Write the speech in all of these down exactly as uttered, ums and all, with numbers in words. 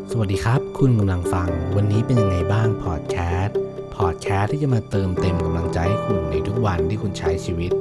สวัสดีครับคุณกำลังฟังวันนี้เป็นยังไงบ้างพอดแคสต์พอดแคสต์ที่จะมาเติมเต็มกำลังใจให้คุณในทุกวันที่คุณใช้ชีวิต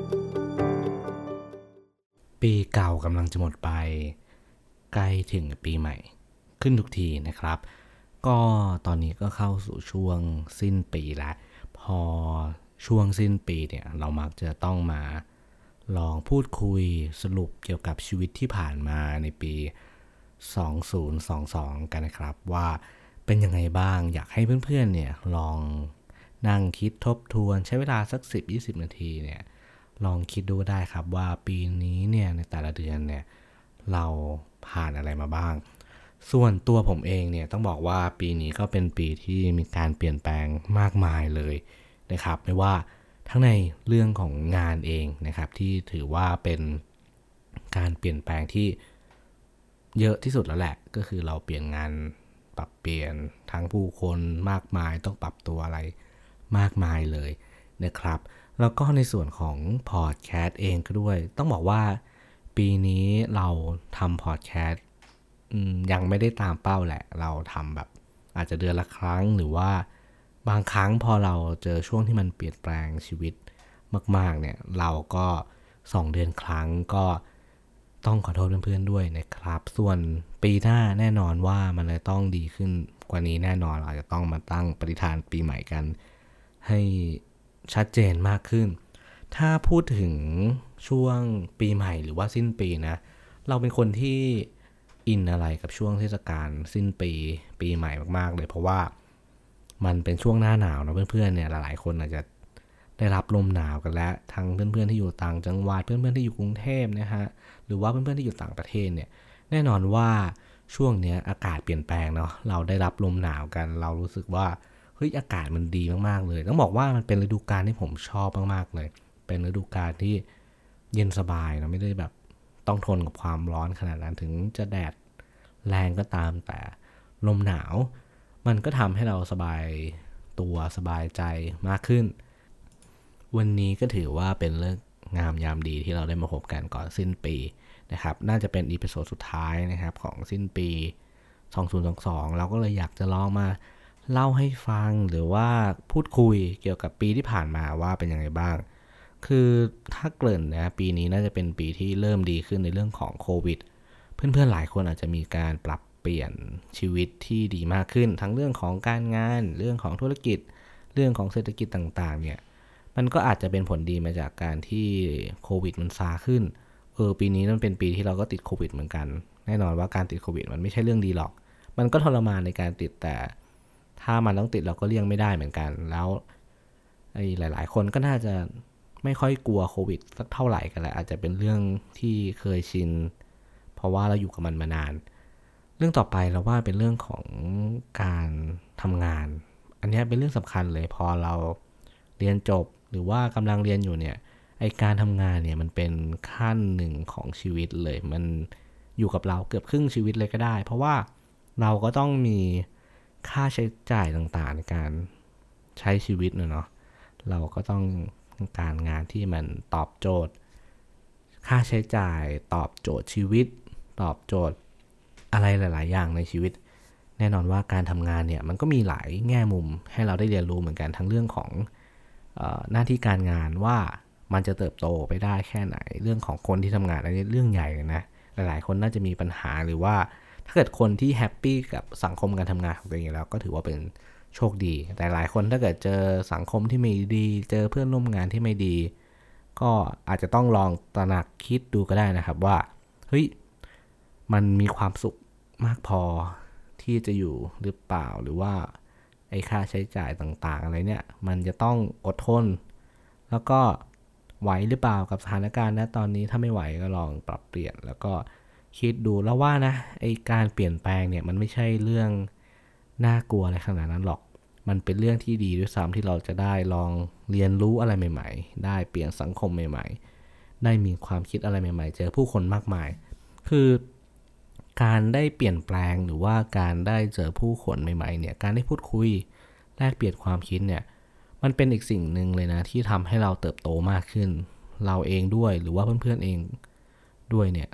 ปีเก่ากำลังจะหมดไปใกล้ถึงปีใหม่ขึ้นทุกทีนะครับก็ตอนนี้ก็เข้าสู่ช่วงสิ้นปีแล้วพอช่วงสิ้นปีเนี่ยเรามักจะต้องมาลองพูดคุยสรุปเกี่ยวกับชีวิตที่ผ่านมาในปีสองพันยี่สิบสองกันนะครับว่าเป็นยังไงบ้างอยากให้เพื่อนๆเนี่ยลองนั่งคิดทบทวนใช้เวลาสัก สิบถึงยี่สิบ นาทีเนี่ยลองคิดดูได้ครับว่าปีนี้เนี่ยในแต่ละเดือนเนี่ยเราผ่านอะไรมาบ้างส่วนตัวผมเองเนี่ยต้องบอกว่าปีนี้ก็เป็นปีที่มีการเปลี่ยนแปลงมากมายเลยนะครับไม่ว่าทั้งในเรื่องของงานเองนะครับที่ถือว่าเป็นการเปลี่ยนแปลงที่เยอะที่สุดแล้วแหละก็คือเราเปลี่ยนงานปรับเปลี่ยนทั้งผู้คนมากมายต้องปรับตัวอะไรมากมายเลยนะครับแล้วก็ในส่วนของพอดแคสต์เองก็ด้วยต้องบอกว่าปีนี้เราทำพอดแคสต์ยังไม่ได้ตามเป้าแหละเราทำแบบอาจจะเดือนละครั้งหรือว่าบางครั้งพอเราเจอช่วงที่มันเปลี่ยนแปลงชีวิตมากๆเนี่ยเราก็สองเดือนครั้งก็ต้องขอโทษเพื่อนๆด้วยนะครับส่วนปีหน้าแน่นอนว่ามันจะต้องดีขึ้นกว่านี้แน่นอนเราจะต้องมาตั้งปณิธานปีใหม่กันให้ชัดเจนมากขึ้นถ้าพูดถึงช่วงปีใหม่หรือว่าสิ้นปีนะเราเป็นคนที่อินอะไรกับช่วงเทศกาลสิ้นปีปีใหม่มากๆเลยเพราะว่ามันเป็นช่วงหน้าหนาวนะเพื่อนๆเนี่ยหลายๆคนอาจจะได้รับลมหนาวกันแล้วทั้งเพื่อนๆที่อยู่ต่างจังหวัดเพื่อนๆที่อยู่กรุงเทพนะฮะหรือว่าเพื่อนๆที่อยู่ต่างประเทศเนี่ยแน่นอนว่าช่วงนี้อากาศเปลี่ยนแปลงเนาะเราได้รับลมหนาวกันเรารู้สึกว่าเฮ้ยอากาศมันดีมากๆเลยต้องบอกว่ามันเป็นฤดูกาลที่ผมชอบมากๆเลยเป็นฤดูกาลที่เย็นสบายนะไม่ได้แบบต้องทนกับความร้อนขนาดนั้นถึงจะแดดแรงก็ตามแต่ลมหนาวมันก็ทำให้เราสบายตัวสบายใจมากขึ้นวันนี้ก็ถือว่าเป็นเรื่องงามยามดีที่เราได้มาพบกันก่อนสิ้นปีนะครับน่าจะเป็นอีพิโซดสุดท้ายนะครับของสิ้นปีสองพันยี่สิบสองเราก็เลยอยากจะลองมาเล่าให้ฟังหรือว่าพูดคุยเกี่ยวกับปีที่ผ่านมาว่าเป็นยังไงบ้างคือถ้าเกริ่นนะปีนี้น่าจะเป็นปีที่เริ่มดีขึ้นในเรื่องของโควิดเพื่อนๆหลายคนอาจจะมีการปรับเปลี่ยนชีวิตที่ดีมากขึ้นทั้งเรื่องของการงานเรื่องของธุรกิจเรื่องของเศรษฐกิจต่างๆเนี่ยมันก็อาจจะเป็นผลดีมาจากการที่โควิดมันซาขึ้นเออปีนี้มันเป็นปีที่เราก็ติดโควิดเหมือนกันแน่นอนว่าการติดโควิดมันไม่ใช่เรื่องดีหรอกมันก็ทรมานในการติดแต่ถ้ามันต้องติดเราก็เลี่ยงไม่ได้เหมือนกันแล้วไอ้หลายๆคนก็น่าจะไม่ค่อยกลัวโควิดสักเท่าไหร่กันแหละอาจจะเป็นเรื่องที่เคยชินเพราะว่าเราอยู่กับมันมานานเรื่องต่อไปเราว่าเป็นเรื่องของการทำงานอันนี้เป็นเรื่องสำคัญเลยพอเราเรียนจบหรือว่ากำลังเรียนอยู่เนี่ยไอการทำงานเนี่ยมันเป็นขั้นหนึ่งของชีวิตเลยมันอยู่กับเราเกือบครึ่งชีวิตเลยก็ได้เพราะว่าเราก็ต้องมีค่าใช้จ่ายต่างๆในการใช้ชีวิตเนาะเราก็ต้องการงานที่มันตอบโจทย์ค่าใช้จ่ายตอบโจทย์ชีวิตตอบโจทย์อะไรหลายๆอย่างในชีวิตแน่นอนว่าการทำงานเนี่ยมันก็มีหลายแง่มุมให้เราได้เรียนรู้เหมือนกันทั้งเรื่องของเอ่อหน้าที่การงานว่ามันจะเติบโตไปได้แค่ไหนเรื่องของคนที่ทำงานอันนี้เรื่องใหญ่เลยนะหลายๆคนน่าจะมีปัญหาหรือว่าถ้าเกิดคนที่แฮปปี้กับสังคมการทำงานของตัวเองแล้วก็ถือว่าเป็นโชคดีแต่หลายคนถ้าเกิดเจอสังคมที่ไม่ดีเจอเพื่อนร่วมงานที่ไม่ดีก็อาจจะต้องลองตระหนักคิดดูก็ได้นะครับว่าเฮ้ยมันมีความสุขมากพอที่จะอยู่หรือเปล่าหรือว่าไอ้ค่าใช้จ่ายต่างๆอะไรเนี่ยมันจะต้องอดทนแล้วก็ไหวหรือเปล่ากับสถานการณ์ณตอนนี้ถ้าไม่ไหวก็ลองปรับเปลี่ยนแล้วก็คิดดูแล้วว่านะไอ้การเปลี่ยนแปลงเนี่ยมันไม่ใช่เรื่องน่ากลัวอะไรขนาดนั้นหรอกมันเป็นเรื่องที่ดีด้วยซ้ำที่เราจะได้ลองเรียนรู้อะไรใหม่ๆได้เปลี่ยนสังคมใหม่ๆได้มีความคิดอะไรใหม่ๆเจอผู้คนมากมายคือการได้เปลี่ยนแปลงหรือว่าการได้เจอผู้คนใหม่ๆเนี่ยการได้พูดคุยแลกเปลี่ยนความคิดเนี่ยมันเป็นอีกสิ่งหนึ่งเลยนะที่ทำให้เราเติบโตมากขึ้นเราเองด้วยหรือว่าเพื่อนๆเองด้วยเนี่ย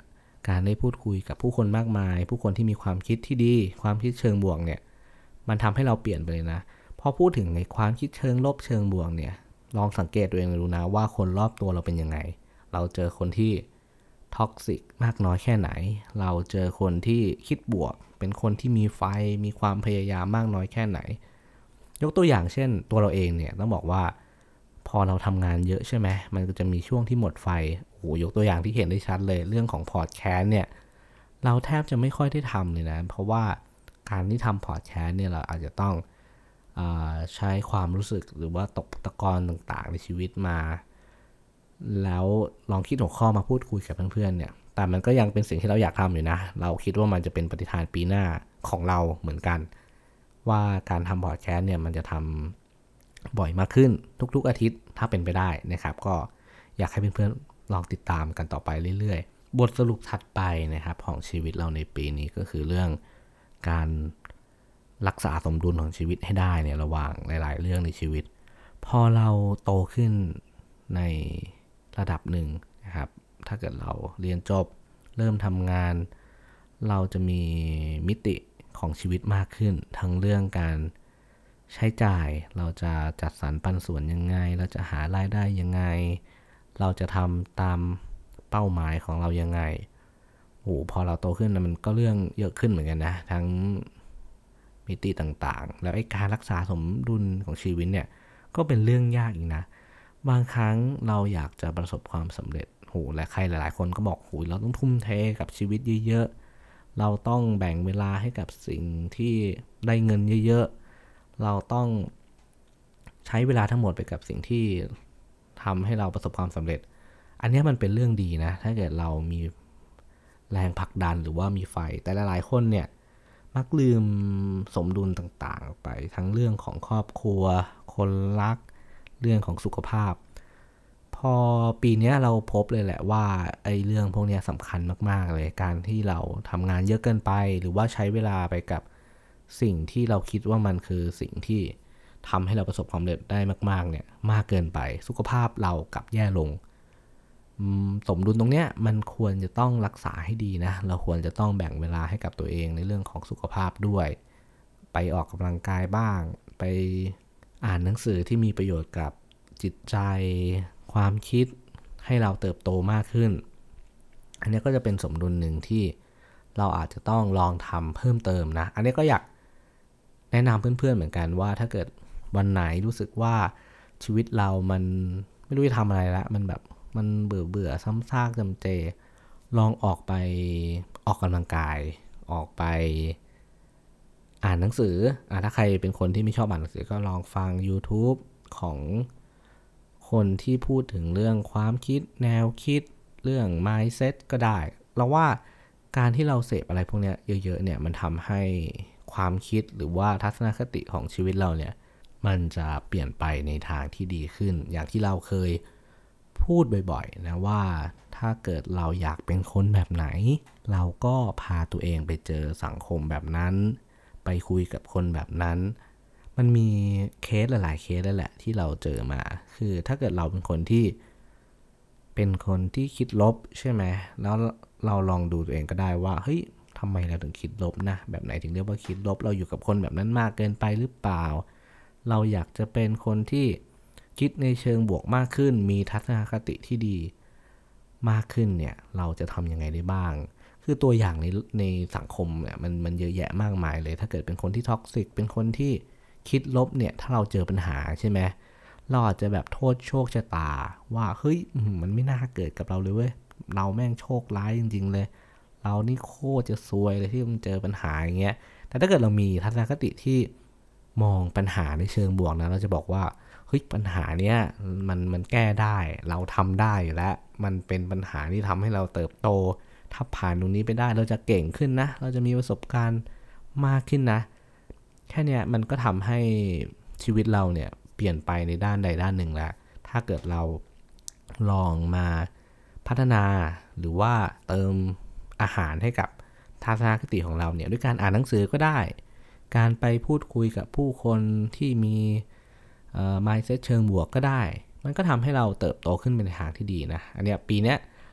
การได้พูดคุยกับผู้คนมากมายผู้คนที่มีความคิดที่ดีความคิดเชิงบวกเนี่ยมันทำให้เราเปลี่ยนไปเลยนะพอพูดถึงในความคิดเชิงลบเชิงบวกเนี่ยลองสังเกตตัวเองดูนะว่าคนรอบตัวเราเป็นยังไงเราเจอคนที่ท็อกซิกมากน้อยแค่ไหนเราเจอคนที่คิดบวกเป็นคนที่มีไฟมีความพยายามมากน้อยแค่ไหนยกตัวอย่างเช่นตัวเราเองเนี่ยต้องบอกว่าพอเราทำงานเยอะใช่ไหมมันก็จะมีช่วงที่หมดไฟโอ้โหยกตัวอย่างที่เห็นได้ชัดเลยเรื่องของพอดแคสต์เนี่ยเราแทบจะไม่ค่อยได้ทำเลยนะเพราะว่าการที่ทำพอดแคสต์เนี่ยเราอาจจะต้องเอ่อใช้ความรู้สึกหรือว่าตกตะกอนต่างๆในชีวิตมาแล้วลองคิดหัวข้อมาพูดคุยกับเพื่อนๆเนี่ยแต่มันก็ยังเป็นสิ่งที่เราอยากทำอยู่นะเราคิดว่ามันจะเป็นปฏิฐานปีหน้าของเราเหมือนกันว่าการทำพอดแคสต์เนี่ยมันจะทำบ่อยมากขึ้นทุกๆอาทิตย์ถ้าเป็นไปได้นะครับก็อยากให้เพื่อนๆลองติดตามกันต่อไปเรื่อยๆบทสรุปถัดไปนะครับของชีวิตเราในปีนี้ก็คือเรื่องการรักษาสมดุลของชีวิตให้ได้เนี่ยระหว่างหลายๆเรื่องในชีวิตพอเราโตขึ้นในระดับหนึ่งนะครับถ้าเกิดเราเรียนจบเริ่มทำงานเราจะมีมิติของชีวิตมากขึ้นทั้งเรื่องการใช้จ่ายเราจะจัดสรรปันส่วนยังไงเราจะหารายได้ยังไงเราจะทำตามเป้าหมายของเรายังไงโอ้พอเราโตขึ้นมันก็เรื่องเยอะขึ้นเหมือนกันนะทั้งมิติต่างๆแล้วไอ้การรักษาสมดุลของชีวิตเนี่ยก็เป็นเรื่องยากอีกนะบางครั้งเราอยากจะประสบความสำเร็จโหและใครหลายๆคนก็บอกโหเราต้องทุ่มเทกับชีวิตเยอะๆเราต้องแบ่งเวลาให้กับสิ่งที่ได้เงินเยอะๆเราต้องใช้เวลาทั้งหมดไปกับสิ่งที่ทำให้เราประสบความสำเร็จอันนี้มันเป็นเรื่องดีนะถ้าเกิดเรามีแรงผลักดันหรือว่ามีไฟแต่หลายๆคนเนี่ยมักลืมสมดุลต่างๆไปทั้งเรื่องของครอบครัวคนรักเรื่องของสุขภาพพอปีนี้เราพบเลยแหละว่าไอ้เรื่องพวกนี้สำคัญมากๆเลยการที่เราทำงานเยอะเกินไปหรือว่าใช้เวลาไปกับสิ่งที่เราคิดว่ามันคือสิ่งที่ทำให้เราประสบความสำเร็จได้มากๆเนี่ยมากเกินไปสุขภาพเรากลับแย่ลงสมดุลตรงเนี้ยมันควรจะต้องรักษาให้ดีนะเราควรจะต้องแบ่งเวลาให้กับตัวเองในเรื่องของสุขภาพด้วยไปออกกำลังกายบ้างไปอ่านหนังสือที่มีประโยชน์กับจิตใจความคิดให้เราเติบโตมากขึ้นอันนี้ก็จะเป็นสมดุลหนึ่งที่เราอาจจะต้องลองทำเพิ่มเติมนะอันนี้ก็อยากแนะนำเพื่อนๆเหมือนกันว่าถ้าเกิดวันไหนรู้สึกว่าชีวิตเรามันไม่รู้จะทำอะไรละมันแบบมันเบื่อเบื่อซ้ำซากจำเจลองออกไปออกกำลังกายออกไปอ่านหนังสืออ่ะถ้าใครเป็นคนที่ไม่ชอบอ่านหนังสือก็ลองฟัง YouTube ของคนที่พูดถึงเรื่องความคิดแนวคิดเรื่อง mindset ก็ได้เราว่าการที่เราเสพอะไรพวกนี้เยอะๆเนี่ยมันทำให้ความคิดหรือว่าทัศนคติของชีวิตเราเนี่ยมันจะเปลี่ยนไปในทางที่ดีขึ้นอย่างที่เราเคยพูดบ่อยๆนะว่าถ้าเกิดเราอยากเป็นคนแบบไหนเราก็พาตัวเองไปเจอสังคมแบบนั้นไปคุยกับคนแบบนั้นมันมีเคสหลายๆเคสแล้วแหละที่เราเจอมาคือถ้าเกิดเราเป็นคนที่เป็นคนที่คิดลบใช่ไหมแล้วเราลองดูตัวเองก็ได้ว่าเฮ้ยทำไมเราถึงคิดลบนะแบบไหนถึงเรียกว่าคิดลบเราอยู่กับคนแบบนั้นมากเกินไปหรือเปล่าเราอยากจะเป็นคนที่คิดในเชิงบวกมากขึ้นมีทัศนคติที่ดีมากขึ้นเนี่ยเราจะทำยังไงได้บ้างคือตัวอย่างในในสังคมเนี่ยมันมันเยอะแยะมากมายเลยถ้าเกิดเป็นคนที่ท็อกซิกเป็นคนที่คิดลบเนี่ยถ้าเราเจอปัญหาใช่ไหมเราอาจจะแบบโทษโชคชะตาว่าเฮ้ยมันไม่น่าเกิดกับเราเลยเว้ยเราแม่งโชคร้ายจริงๆเลยเรานี่โคตรจะซวยเลยที่มันเจอปัญหาอย่างเงี้ยแต่ถ้าเกิดเรามีทัศนคติที่มองปัญหาในเชิงบวกนะเราจะบอกว่าเฮ้ยปัญหาเนี้ยมันมันแก้ได้เราทำได้อยู่แล้วมันเป็นปัญหาที่ทำให้เราเติบโตถ้าผ่านตรงนี้ไปได้เราจะเก่งขึ้นนะเราจะมีประสบการณ์มากขึ้นนะแค่เนี้ยมันก็ทำให้ชีวิตเราเนี่ยเปลี่ยนไปในด้านใดด้านหนึ่งแล้วถ้าเกิดเราลองมาพัฒนาหรือว่าเติมอาหารให้กับทัศนคติของเราเนี่ยด้วยการอ่านหนังสือก็ได้การไปพูดคุยกับผู้คนที่มีเอ่อ mindset เชิงบวกก็ได้มันก็ทำให้เราเติบโตขึ้นในทางที่ดีนะอันเนี้ยปีเนี้ย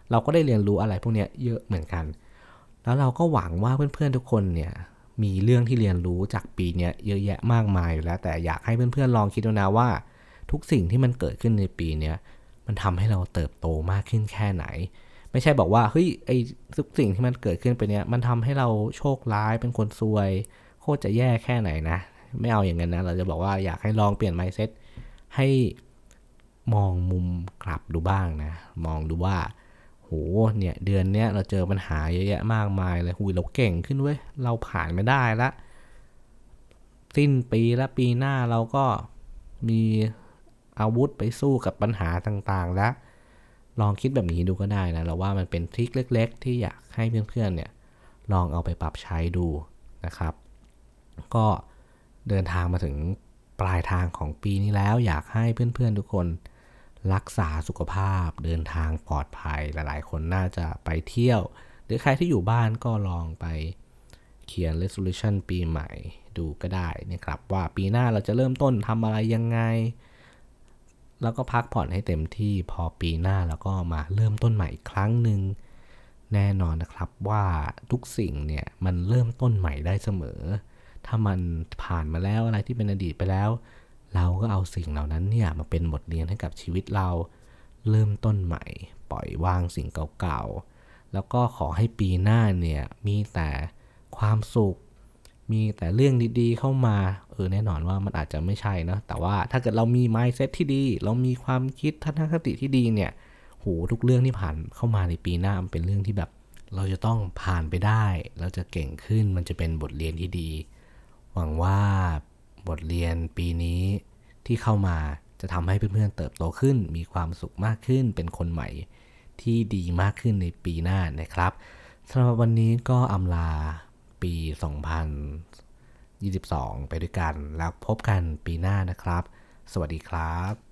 เราก็ได้เรียนรู้อะไรพวกนี้เยอะเหมือนกันแล้วเราก็หวังว่าเพื่อนๆทุกคนเนี่ยมีเรื่องที่เรียนรู้จากปีนี้เยอะแยะมากมายอยู่แล้วแต่อยากให้เพื่อนๆลองคิดดูนะว่าทุกสิ่งที่มันเกิดขึ้นในปีนี้มันทำให้เราเติบโตมากขึ้นแค่ไหนไม่ใช่บอกว่าเฮ้ยไอ้ทุกสิ่งที่มันเกิดขึ้นไปเนี้ยมันทำให้เราโชคร้ายเป็นคนซวยโคตรจะแย่แค่ไหนนะไม่เอาอย่างนั้นนะเราจะบอกว่าอยากให้ลองเปลี่ยน mindset ให้มองมุมกลับดูบ้างนะมองดูว่าโหเนี่ยเดือนเนี้ยเราเจอปัญหาเยอะแยะมากมายเลยหุยเราเก่งขึ้นเว้ยเราผ่านไม่ได้ละสิ้นปีและปีหน้าเราก็มีอาวุธไปสู้กับปัญหาต่างๆแล้วลองคิดแบบนี้ดูก็ได้นะเราว่ามันเป็นทริคเล็กๆที่อยากให้เพื่อนๆเนี่ยลองเอาไปปรับใช้ดูนะครับก็เดินทางมาถึงปลายทางของปีนี้แล้วอยากให้เพื่อนๆทุกคนรักษาสุขภาพเดินทางปลอดภัยหลายๆคนน่าจะไปเที่ยวหรือใครที่อยู่บ้านก็ลองไปเขียน resolution ปีใหม่ดูก็ได้นะครับว่าปีหน้าเราจะเริ่มต้นทำอะไรยังไงแล้วก็พักผ่อนให้เต็มที่พอปีหน้าแล้วก็มาเริ่มต้นใหม่อีกครั้งหนึ่งแน่นอนนะครับว่าทุกสิ่งเนี่ยมันเริ่มต้นใหม่ได้เสมอถ้ามันผ่านมาแล้วอะไรที่เป็นอดีตไปแล้วเราก็เอาสิ่งเหล่านั้นเนี่ยมาเป็นบทเรียนให้กับชีวิตเราเริ่มต้นใหม่ปล่อยวางสิ่งเก่าๆแล้วก็ขอให้ปีหน้าเนี่ยมีแต่ความสุขมีแต่เรื่องดีๆเข้ามาเออแน่นอนว่ามันอาจจะไม่ใช่นะแต่ว่าถ้าเกิดเรามี mindset ที่ดีเรามีความคิดทัศนคติที่ดีเนี่ยโหทุกเรื่องที่ผ่านเข้ามาในปีหน้ามันเป็นเรื่องที่แบบเราจะต้องผ่านไปได้เราจะเก่งขึ้นมันจะเป็นบทเรียนที่ดีหวังว่าบทเรียนปีนี้ที่เข้ามาจะทำให้เพื่อนๆเติบโตขึ้นมีความสุขมากขึ้นเป็นคนใหม่ที่ดีมากขึ้นในปีหน้านะครับสำหรับวันนี้ก็อำลาปี สองพันยี่สิบสอง ไปด้วยกันแล้วพบกันปีหน้านะครับสวัสดีครับ